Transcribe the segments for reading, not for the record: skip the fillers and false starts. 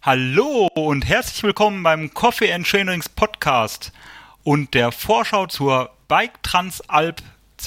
Hallo und herzlich willkommen beim Coffee and Chainrings Podcast und der Vorschau zur Bike Transalp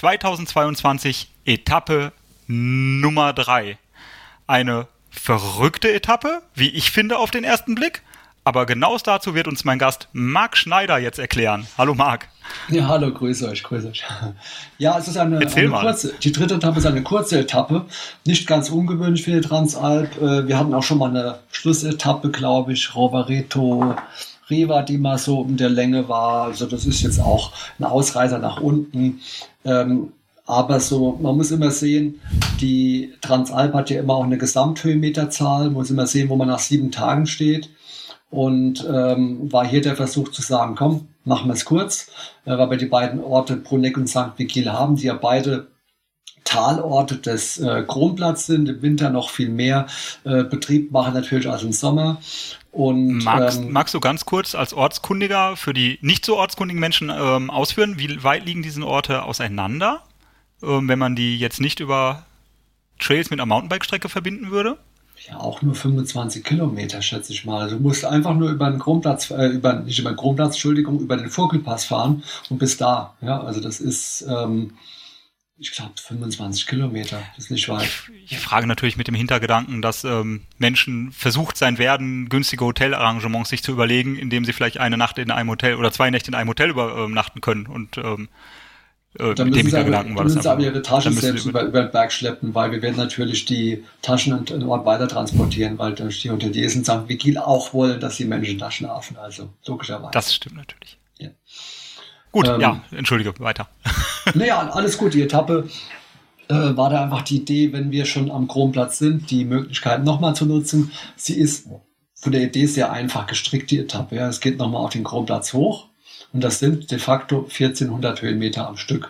2022 Etappe Nummer 3. Eine verrückte Etappe, wie ich finde auf den ersten Blick, aber genaues dazu wird uns mein Gast Marc Schneider jetzt erklären. Hallo Marc. Ja, hallo, grüße euch. Ja, es ist eine kurze, die dritte Etappe ist eine kurze Etappe, nicht ganz ungewöhnlich für die Transalp. Wir hatten auch schon mal eine Schlussetappe, glaube ich, Rovereto, Riva, die mal so in der Länge war. Also das ist jetzt auch ein Ausreißer nach unten. Aber so, man muss immer sehen, die Transalp hat ja immer auch eine Gesamthöhenmeterzahl, man muss immer sehen, wo man nach 7 Tagen steht. Und war hier der Versuch zu sagen, komm, machen wir es kurz, weil wir die beiden Orte Bruneck und St. Vigil haben, die ja beide Talorte des Kronplatz sind, im Winter noch viel mehr Betrieb machen natürlich als im Sommer. Und magst du ganz kurz als Ortskundiger für die nicht so ortskundigen Menschen ausführen, wie weit liegen diese Orte auseinander, wenn man die jetzt nicht über Trails mit einer Mountainbike-Strecke verbinden würde? Ja, auch nur 25 Kilometer, schätze ich mal. Du musst einfach nur über den Kronplatz, nicht über den Kronplatz, Entschuldigung, über den Vogelpass fahren und bis da. Ja, also das ist, ich glaube, 25 Kilometer. Das ist nicht weit. Ich frage natürlich mit dem Hintergedanken, dass Menschen versucht sein werden, günstige Hotelarrangements sich zu überlegen, indem sie vielleicht eine Nacht in einem Hotel oder 2 Nächte in einem Hotel übernachten können und dann müssen sie aber ihre Taschen selbst über den Berg schleppen, weil wir werden natürlich die Taschen an den Ort weiter transportieren, weil die Hoteliers in St. Vigil auch wollen, dass die Menschen Taschen haben, also logischerweise. Das stimmt natürlich. Ja. Gut, entschuldige, weiter. Naja, alles gut, die Etappe war da einfach die Idee, wenn wir schon am Kronplatz sind, die Möglichkeit nochmal zu nutzen. Sie ist von der Idee sehr einfach gestrickt, die Etappe. Ja. Es geht nochmal auf den Kronplatz hoch. Und das sind de facto 1400 Höhenmeter am Stück.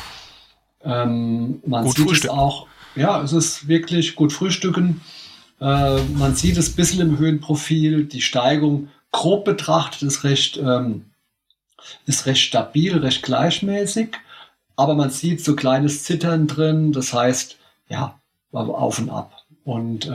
Man gut sieht es auch, ja, es ist wirklich gut frühstücken. Man sieht es ein bisschen im Höhenprofil. Die Steigung grob betrachtet ist recht stabil, recht gleichmäßig. Aber man sieht so kleines Zittern drin. Das heißt, ja, auf und ab. Und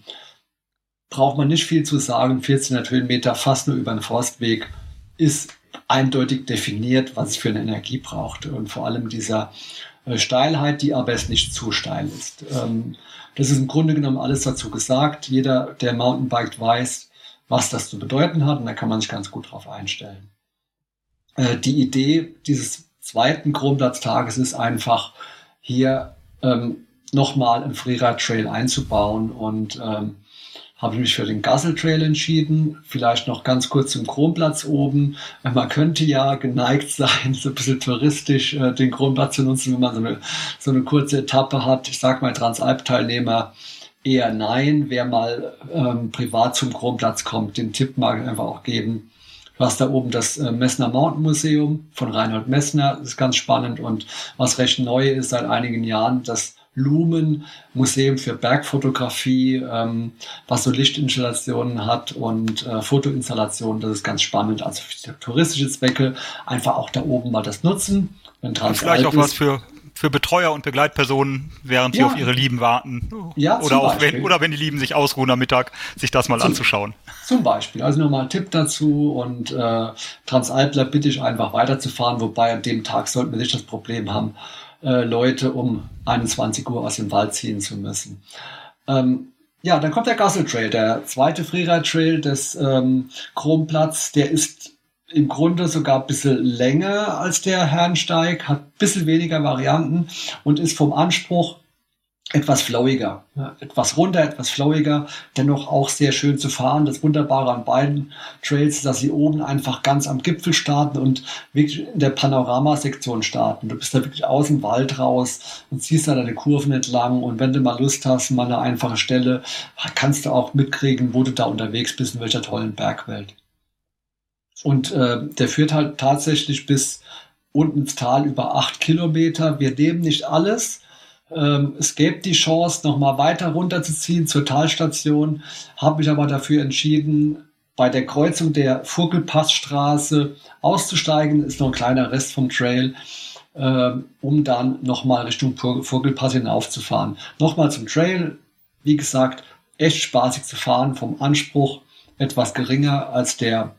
braucht man nicht viel zu sagen. 1400 Höhenmeter, fast nur über den Forstweg, ist eindeutig definiert, was es für eine Energie braucht und vor allem dieser Steilheit, die aber es nicht zu steil ist. Das ist im Grunde genommen alles dazu gesagt. Jeder, der Mountainbiked, weiß, was das zu bedeuten hat und da kann man sich ganz gut drauf einstellen. Die Idee dieses zweiten Kronplatztages ist einfach, hier nochmal einen Freeride Trail einzubauen und habe ich mich für den Gassel Trail entschieden. Vielleicht noch ganz kurz zum Kronplatz oben. Man könnte ja geneigt sein, so ein bisschen touristisch den Kronplatz zu nutzen, wenn man so eine kurze Etappe hat. Ich sage mal, Transalp-Teilnehmer eher nein. Wer mal privat zum Kronplatz kommt, den Tipp mag ich einfach auch geben. Du hast da oben das Messner Mountain Museum von Reinhold Messner. Das ist ganz spannend. Und was recht neu ist seit einigen Jahren, das Lumen Museum für Bergfotografie, was so Lichtinstallationen hat und Fotoinstallationen, das ist ganz spannend. Also für touristische Zwecke einfach auch da oben mal das nutzen. Wenn vielleicht auch was für Betreuer und Begleitpersonen, während sie auf ihre Lieben warten. Ja, oder auch wenn die Lieben sich ausruhen am Mittag, sich das mal anzuschauen. Zum Beispiel. Also nochmal ein Tipp dazu und Transalpler bitte ich einfach weiterzufahren, wobei an dem Tag sollten wir nicht das Problem haben, Leute um 21 Uhr aus dem Wald ziehen zu müssen. Dann kommt der Gassel Trail, der zweite Freeride Trail des Kronplatz. Der ist im Grunde sogar ein bisschen länger als der Herrensteig, hat ein bisschen weniger Varianten und ist vom Anspruch etwas flowiger. Ja, etwas runter, etwas flowiger, dennoch auch sehr schön zu fahren. Das Wunderbare an beiden Trails ist, dass sie oben einfach ganz am Gipfel starten und wirklich in der Panoramasektion starten. Du bist da wirklich aus dem Wald raus und ziehst da deine Kurven entlang und wenn du mal Lust hast, mal eine einfache Stelle, kannst du auch mitkriegen, wo du da unterwegs bist, in welcher tollen Bergwelt. Und der führt halt tatsächlich bis unten ins Tal über 8 Kilometer. Wir nehmen nicht alles. Es gäbe die Chance, noch mal weiter runterzuziehen zur Talstation, habe mich aber dafür entschieden, bei der Kreuzung der Vogelpassstraße auszusteigen. Ist noch ein kleiner Rest vom Trail, um dann noch mal Richtung Vogelpass hinaufzufahren. Nochmal zum Trail, wie gesagt, echt spaßig zu fahren, vom Anspruch etwas geringer als der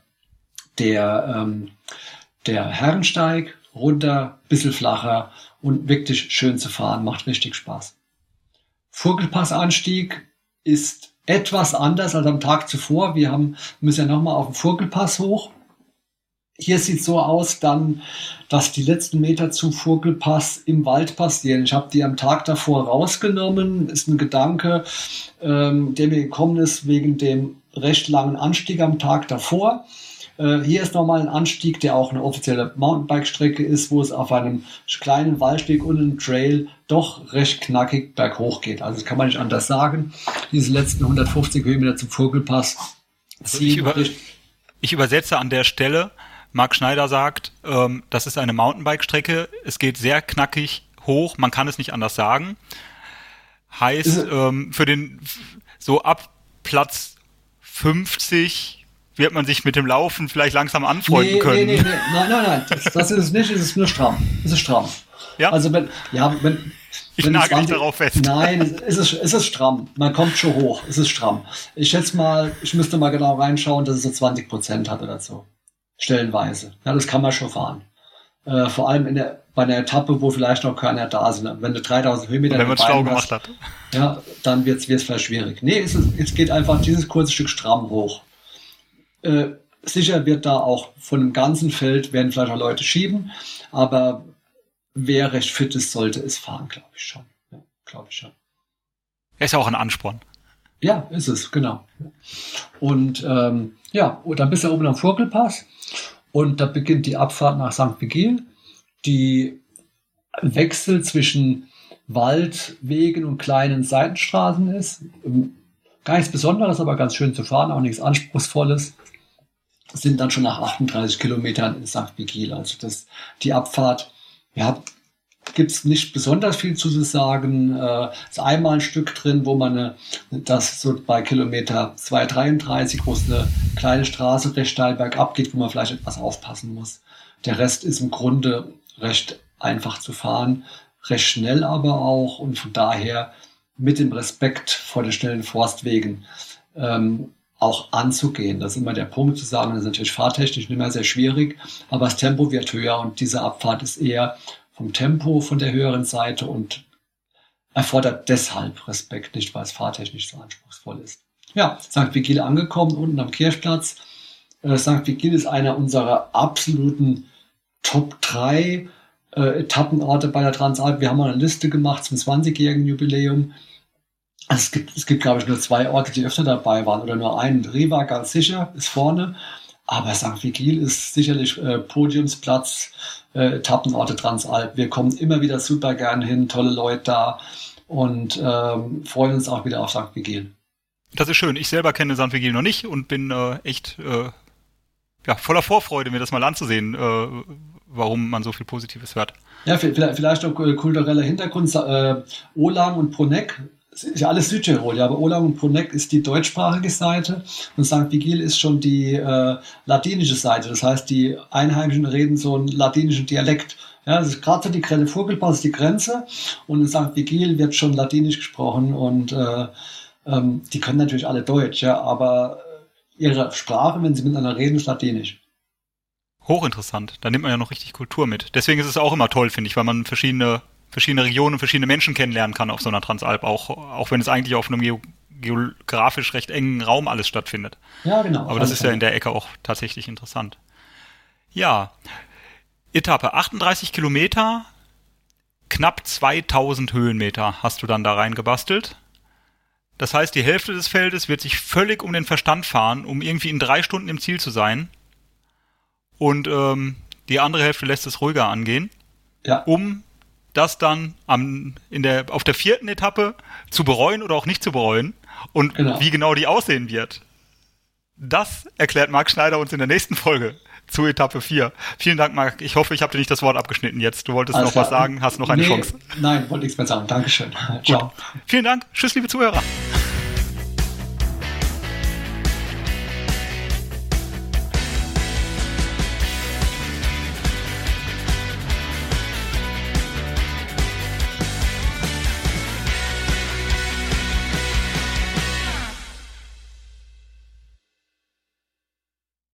Herrensteig, runter, bisschen flacher und wirklich schön zu fahren, macht richtig Spaß. Voggelpassanstieg ist etwas anders als am Tag zuvor. Wir müssen ja nochmal auf den Voggelpass hoch. Hier sieht es so aus, dann, dass die letzten Meter zum Voggelpass im Wald passieren. Ich habe die am Tag davor rausgenommen. Ist ein Gedanke, der mir gekommen ist wegen dem recht langen Anstieg am Tag davor. Hier ist nochmal ein Anstieg, der auch eine offizielle Mountainbike-Strecke ist, wo es auf einem kleinen Waldweg und einem Trail doch recht knackig berghoch geht. Also das kann man nicht anders sagen. Diese letzten 150 Höhenmeter zum Vogelpass. Also ich übersetze an der Stelle. Marc Schneider sagt, das ist eine Mountainbike-Strecke. Es geht sehr knackig hoch. Man kann es nicht anders sagen. Heißt, so ab Platz 50 wird man sich mit dem Laufen vielleicht langsam anfreunden können. Nee. Nein. Das ist es nicht. Es ist nur stramm. Es ist stramm. Ja? Also ich nagel nicht darauf fest. Nein, es ist stramm. Man kommt schon hoch. Es ist stramm. Ich schätze mal, ich müsste mal genau reinschauen, dass es so 20% hat oder so. Stellenweise. Ja, das kann man schon fahren. Vor allem bei einer Etappe, wo vielleicht noch keiner da ist. Wenn du 3000 Höhenmeter wenn man es schlau gemacht hat. Ja, dann wird's vielleicht schwierig. Nee, es geht einfach dieses kurze Stück stramm hoch. Sicher wird da auch von dem ganzen Feld werden vielleicht auch Leute schieben, aber wer recht fit ist, sollte es fahren, glaube ich schon. Ja, glaube ich schon. Er ist ja auch ein Ansporn. Ja, ist es, genau. Und und dann bist du oben am Vogelpass und da beginnt die Abfahrt nach St. Vigil, die Wechsel zwischen Waldwegen und kleinen Seitenstraßen ist. Gar nichts Besonderes, aber ganz schön zu fahren, auch nichts Anspruchsvolles. Sind dann schon nach 38 Kilometern in St. Vigil. Also die Abfahrt, gibt es nicht besonders viel zu sagen. Ist einmal ein Stück drin, wo man das so bei Kilometer 2,33, wo es eine kleine Straße recht steil bergab geht, wo man vielleicht etwas aufpassen muss. Der Rest ist im Grunde recht einfach zu fahren, recht schnell aber auch und von daher mit dem Respekt vor den schnellen Forstwegen auch anzugehen. Das ist immer der Punkt zu sagen, das ist natürlich fahrtechnisch nicht mehr sehr schwierig, aber das Tempo wird höher und diese Abfahrt ist eher vom Tempo von der höheren Seite und erfordert deshalb Respekt, nicht weil es fahrtechnisch so anspruchsvoll ist. Ja, St. Vigil angekommen, unten am Kirchplatz. St. Vigil ist einer unserer absoluten Top 3 Etappenorte bei der Transalp. Wir haben mal eine Liste gemacht zum 20-jährigen Jubiläum. Es gibt, glaube ich, nur 2 Orte, die öfter dabei waren oder nur einen. Riva, ganz sicher, ist vorne. Aber St. Vigil ist sicherlich Podiumsplatz, Etappenorte Transalp. Wir kommen immer wieder super gern hin, tolle Leute da und freuen uns auch wieder auf St. Vigil. Das ist schön. Ich selber kenne St. Vigil noch nicht und bin echt voller Vorfreude, mir das mal anzusehen, warum man so viel Positives hört. Ja, vielleicht noch kultureller Hintergrund. Olang und Proneck, ist ja alles Südtirol, ja, aber Olang und Proneck ist die deutschsprachige Seite und St. Vigil ist schon die latinische Seite. Das heißt, die Einheimischen reden so einen latinischen Dialekt. Ja, das ist gerade so die Grelle Vogelpass, die Grenze und in St. Vigil wird schon latinisch gesprochen und die können natürlich alle Deutsch, ja, aber ihre Sprache, wenn sie miteinander reden, ist latinisch. Hochinteressant. Da nimmt man ja noch richtig Kultur mit. Deswegen ist es auch immer toll, finde ich, weil man verschiedene Regionen, verschiedene Menschen kennenlernen kann auf so einer Transalp, auch wenn es eigentlich auf einem geografisch recht engen Raum alles stattfindet. Ja, genau. Aber das ist ja in der Ecke auch tatsächlich interessant. Ja, Etappe 38 Kilometer, knapp 2000 Höhenmeter hast du dann da reingebastelt. Das heißt, die Hälfte des Feldes wird sich völlig um den Verstand fahren, um irgendwie in 3 Stunden im Ziel zu sein. Und die andere Hälfte lässt es ruhiger angehen, um das dann auf der 4. Etappe zu bereuen oder auch nicht zu bereuen und wie genau die aussehen wird. Das erklärt Marc Schneider uns in der nächsten Folge zu Etappe 4. Vielen Dank, Marc. Ich hoffe, ich habe dir nicht das Wort abgeschnitten jetzt. Du wolltest noch was sagen, hast noch eine Chance. Nein, wollte nichts mehr sagen. Dankeschön. Ciao. Vielen Dank. Tschüss, liebe Zuhörer.